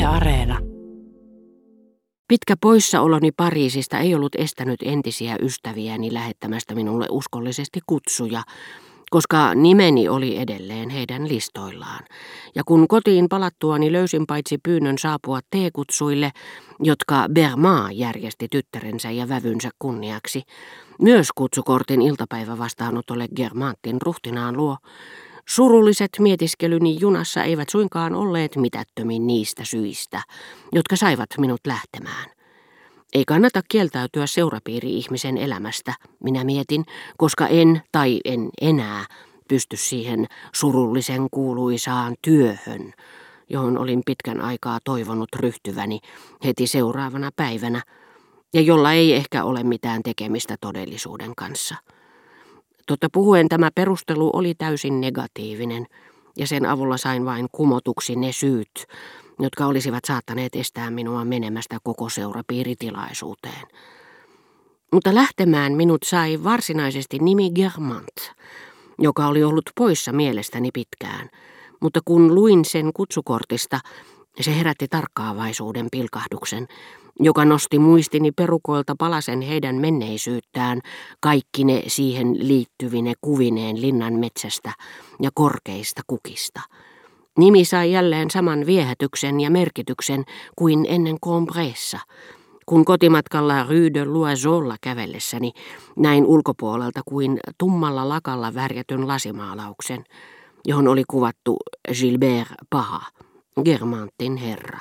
Areena. Pitkä poissaoloni Pariisista ei ollut estänyt entisiä ystäviäni lähettämästä minulle uskollisesti kutsuja, koska nimeni oli edelleen heidän listoillaan. Ja kun kotiin palattuani löysin paitsi pyynnön saapua teekutsuille, jotka Berma järjesti tyttärensä ja vävynsä kunniaksi, myös kutsukortin iltapäivävastaanotolle Guermantin ruhtinaan luo. Surulliset mietiskelyni junassa eivät suinkaan olleet mitättömin niistä syistä, jotka saivat minut lähtemään. Ei kannata kieltäytyä seurapiiri-ihmisen elämästä, minä mietin, koska en enää pysty siihen surullisen kuuluisaan työhön, johon olin pitkän aikaa toivonut ryhtyväni heti seuraavana päivänä, ja jolla ei ehkä ole mitään tekemistä todellisuuden kanssa. Totta puhuen tämä perustelu oli täysin negatiivinen, ja sen avulla sain vain kumotuksi ne syyt, jotka olisivat saattaneet estää minua menemästä koko seurapiiritilaisuuteen. Mutta lähtemään minut sai varsinaisesti nimi Guermantes, joka oli ollut poissa mielestäni pitkään, mutta kun luin sen kutsukortista, se herätti tarkkaavaisuuden pilkahduksen, joka nosti muistini perukoilta palasen heidän menneisyyttään, kaikki ne siihen liittyvine kuvineen linnan metsästä ja korkeista kukista. Nimi sai jälleen saman viehätyksen ja merkityksen kuin ennen Combreessa, kun kotimatkalla Rue de l'Oiseaulla kävellessäni näin ulkopuolelta kuin tummalla lakalla värjätyn lasimaalauksen, johon oli kuvattu Gilbert Paha, Guermantin herra.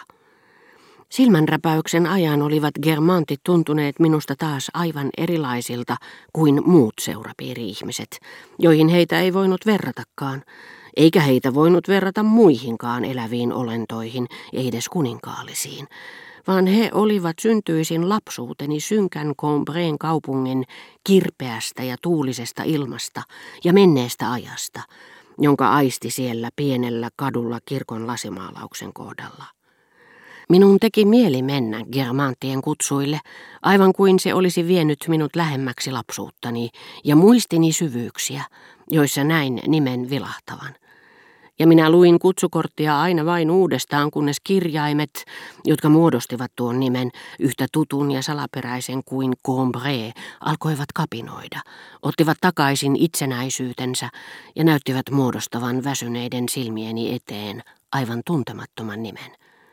Silmänräpäyksen ajan olivat Guermantit tuntuneet minusta taas aivan erilaisilta kuin muut seurapiiri-ihmiset, joihin heitä ei voinut verratakaan, eikä heitä voinut verrata muihinkaan eläviin olentoihin, ei edes kuninkaallisiin, vaan he olivat syntyisin lapsuuteni synkän Combreen kaupungin kirpeästä ja tuulisesta ilmasta ja menneestä ajasta, jonka aisti siellä pienellä kadulla kirkon lasimaalauksen kohdalla. Minun teki mieli mennä Guermantien kutsuille, aivan kuin se olisi vienyt minut lähemmäksi lapsuuttani ja muistini syvyyksiä, joissa näin nimen vilahtavan. Ja minä luin kutsukorttia aina vain uudestaan, kunnes kirjaimet, jotka muodostivat tuon nimen yhtä tutun ja salaperäisen kuin Combré, alkoivat kapinoida, ottivat takaisin itsenäisyytensä ja näyttivät muodostavan väsyneiden silmieni eteen aivan tuntemattoman nimen.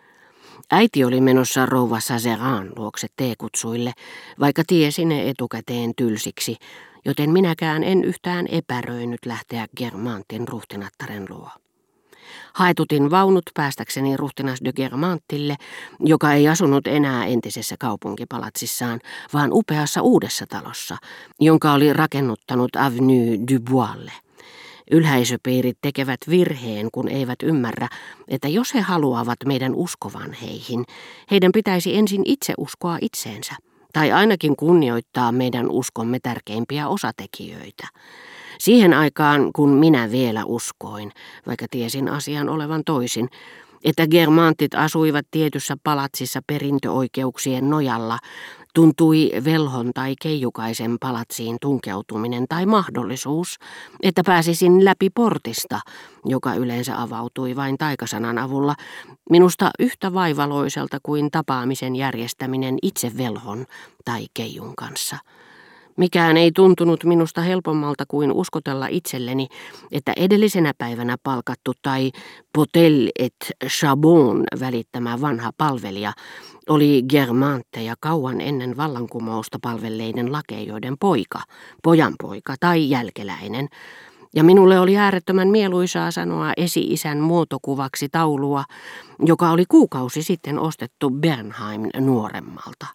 Äiti oli menossa rouva Sazeran luokse teekutsuille, vaikka tiesi ne etukäteen tylsiksi, joten minäkään en yhtään epäröinyt lähteä Guermantin ruhtinattaren luo. Haetutin vaunut päästäkseni ruhtinas de Guermantille, joka ei asunut enää entisessä kaupunkipalatsissaan, vaan upeassa uudessa talossa, jonka oli rakennuttanut Avenue du Boislle. Ylhäisöpiirit tekevät virheen, kun eivät ymmärrä, että jos he haluavat meidän uskovan heihin, heidän pitäisi ensin itse uskoa itseensä, tai ainakin kunnioittaa meidän uskomme tärkeimpiä osatekijöitä. Siihen aikaan, kun minä vielä uskoin, vaikka tiesin asian olevan toisin, että Guermantit asuivat tietyssä palatsissa perintöoikeuksien nojalla, tuntui velhon tai keijukaisen palatsiin tunkeutuminen tai mahdollisuus, että pääsisin läpi portista, joka yleensä avautui vain taikasanan avulla, minusta yhtä vaivaloiselta kuin tapaamisen järjestäminen itse velhon tai keijun kanssa. Mikään ei tuntunut minusta helpommalta kuin uskotella itselleni, että edellisenä päivänä palkattu tai Potel et Chabon välittämä vanha palvelija oli Guermanteja kauan ennen vallankumousta palvelleiden lakeijoiden poika, pojanpoika tai jälkeläinen, ja minulle oli äärettömän mieluisaa sanoa esi-isän muotokuvaksi taulua, joka oli kuukausi sitten ostettu Bernheim nuoremmalta.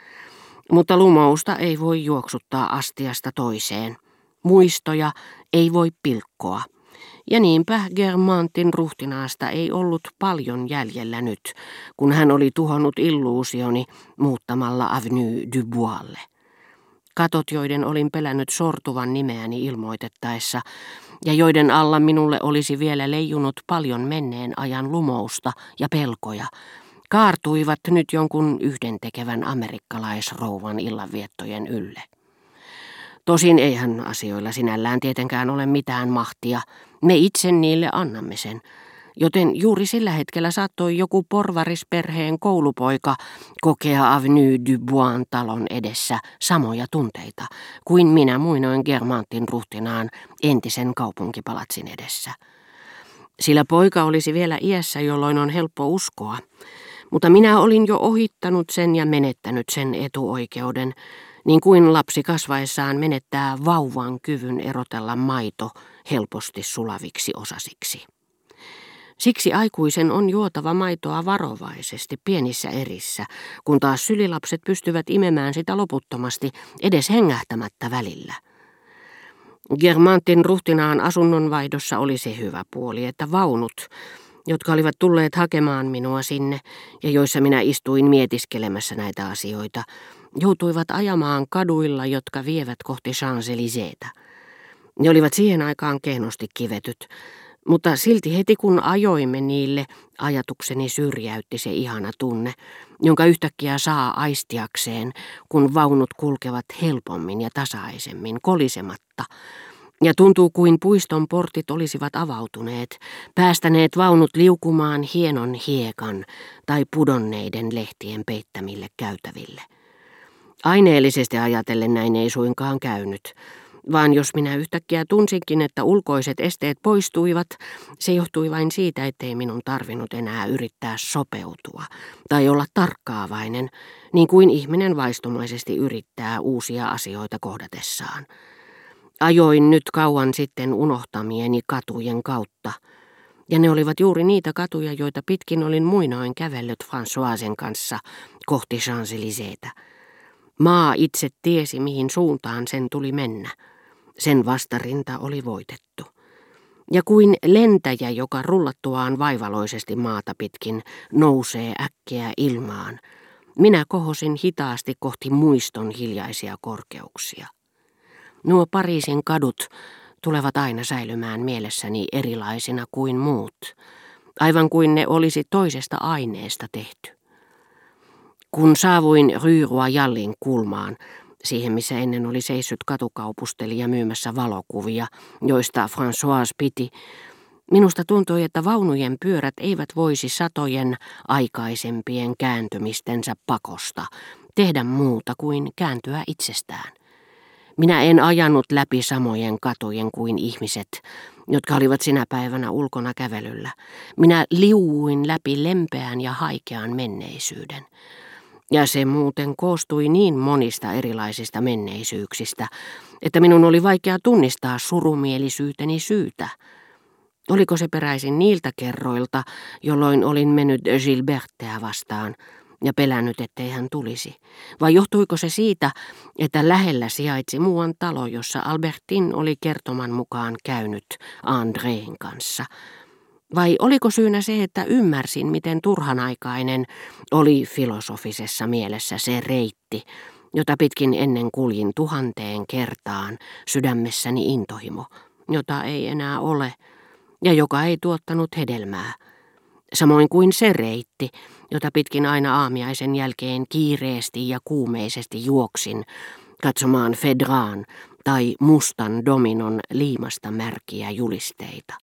Mutta lumousta ei voi juoksuttaa astiasta toiseen. Muistoja ei voi pilkkoa. Ja niinpä Guermantin ruhtinaasta ei ollut paljon jäljellä nyt, kun hän oli tuhonnut illuusioni muuttamalla Avenue du Boislle. Katot, joiden olin pelännyt sortuvan nimeäni ilmoitettaessa, ja joiden alla minulle olisi vielä leijunut paljon menneen ajan lumousta ja pelkoja, kaartuivat nyt jonkun yhdentekevän amerikkalaisrouvan illanviettojen ylle. Tosin eihän asioilla sinällään tietenkään ole mitään mahtia, me itse niille annamme sen, joten juuri sillä hetkellä saattoi joku porvarisperheen koulupoika kokea Avenue du Bois talon edessä samoja tunteita kuin minä muinoin Guermantin ruhtinaan entisen kaupunkipalatsin edessä. Sillä poika olisi vielä iässä, jolloin on helppo uskoa, mutta minä olin jo ohittanut sen ja menettänyt sen etuoikeuden, niin kuin lapsi kasvaessaan menettää vauvan kyvyn erotella maito helposti sulaviksi osasiksi. Siksi aikuisen on juotava maitoa varovaisesti pienissä erissä, kun taas sylilapset pystyvät imemään sitä loputtomasti, edes hengähtämättä välillä. Guermantin ruhtinaan asunnonvaihdossa oli se hyvä puoli, että vaunut, jotka olivat tulleet hakemaan minua sinne ja joissa minä istuin mietiskelemässä näitä asioita, joutuivat ajamaan kaduilla, jotka vievät kohti Champs-Élyséetä. Ne olivat siihen aikaan kehnosti kivetyt, mutta silti heti kun ajoimme niille, ajatukseni syrjäytti se ihana tunne, jonka yhtäkkiä saa aistiakseen, kun vaunut kulkevat helpommin ja tasaisemmin, kolisematta, ja tuntuu kuin puiston portit olisivat avautuneet, päästäneet vaunut liukumaan hienon hiekan tai pudonneiden lehtien peittämille käytäville. Aineellisesti ajatellen näin ei suinkaan käynyt, vaan jos minä yhtäkkiä tunsinkin, että ulkoiset esteet poistuivat, se johtui vain siitä, ettei minun tarvinnut enää yrittää sopeutua tai olla tarkkaavainen, niin kuin ihminen vaistomaisesti yrittää uusia asioita kohdatessaan. Ajoin nyt kauan sitten unohtamieni katujen kautta, ja ne olivat juuri niitä katuja, joita pitkin olin muinoin kävellyt Françoisen kanssa kohti Champs-Élyséetä. Maa itse tiesi, mihin suuntaan sen tuli mennä. Sen vastarinta oli voitettu. Ja kuin lentäjä, joka rullattuaan vaivaloisesti maata pitkin nousee äkkiä ilmaan, minä kohosin hitaasti kohti muiston hiljaisia korkeuksia. Nuo Pariisin kadut tulevat aina säilymään mielessäni erilaisina kuin muut, aivan kuin ne olisi toisesta aineesta tehty. Kun saavuin Rue Royalin kulmaan, siihen missä ennen oli seissyt katukaupustelija myymässä valokuvia, joista Françoise piti, minusta tuntui, että vaunujen pyörät eivät voisi satojen aikaisempien kääntymistensä pakosta tehdä muuta kuin kääntyä itsestään. Minä en ajanut läpi samojen katujen kuin ihmiset, jotka olivat sinä päivänä ulkona kävelyllä. Minä liuuin läpi lempeän ja haikean menneisyyden. Ja se muuten koostui niin monista erilaisista menneisyyksistä, että minun oli vaikea tunnistaa surumielisyyteni syytä. Oliko se peräisin niiltä kerroilta, jolloin olin mennyt Gilbertea vastaan ja pelännyt, ettei hän tulisi? Vai johtuiko se siitä, että lähellä sijaitsi muuan talo, jossa Albertine oli kertoman mukaan käynyt Andreen kanssa? Vai oliko syynä se, että ymmärsin, miten turhanaikainen oli filosofisessa mielessä se reitti, jota pitkin ennen kuljin 1000 kertaan sydämessäni intohimo, jota ei enää ole ja joka ei tuottanut hedelmää, samoin kuin se reitti, jota pitkin aina aamiaisen jälkeen kiireesti ja kuumeisesti juoksin katsomaan Fedraan tai mustan dominon liimasta märkiä julisteita.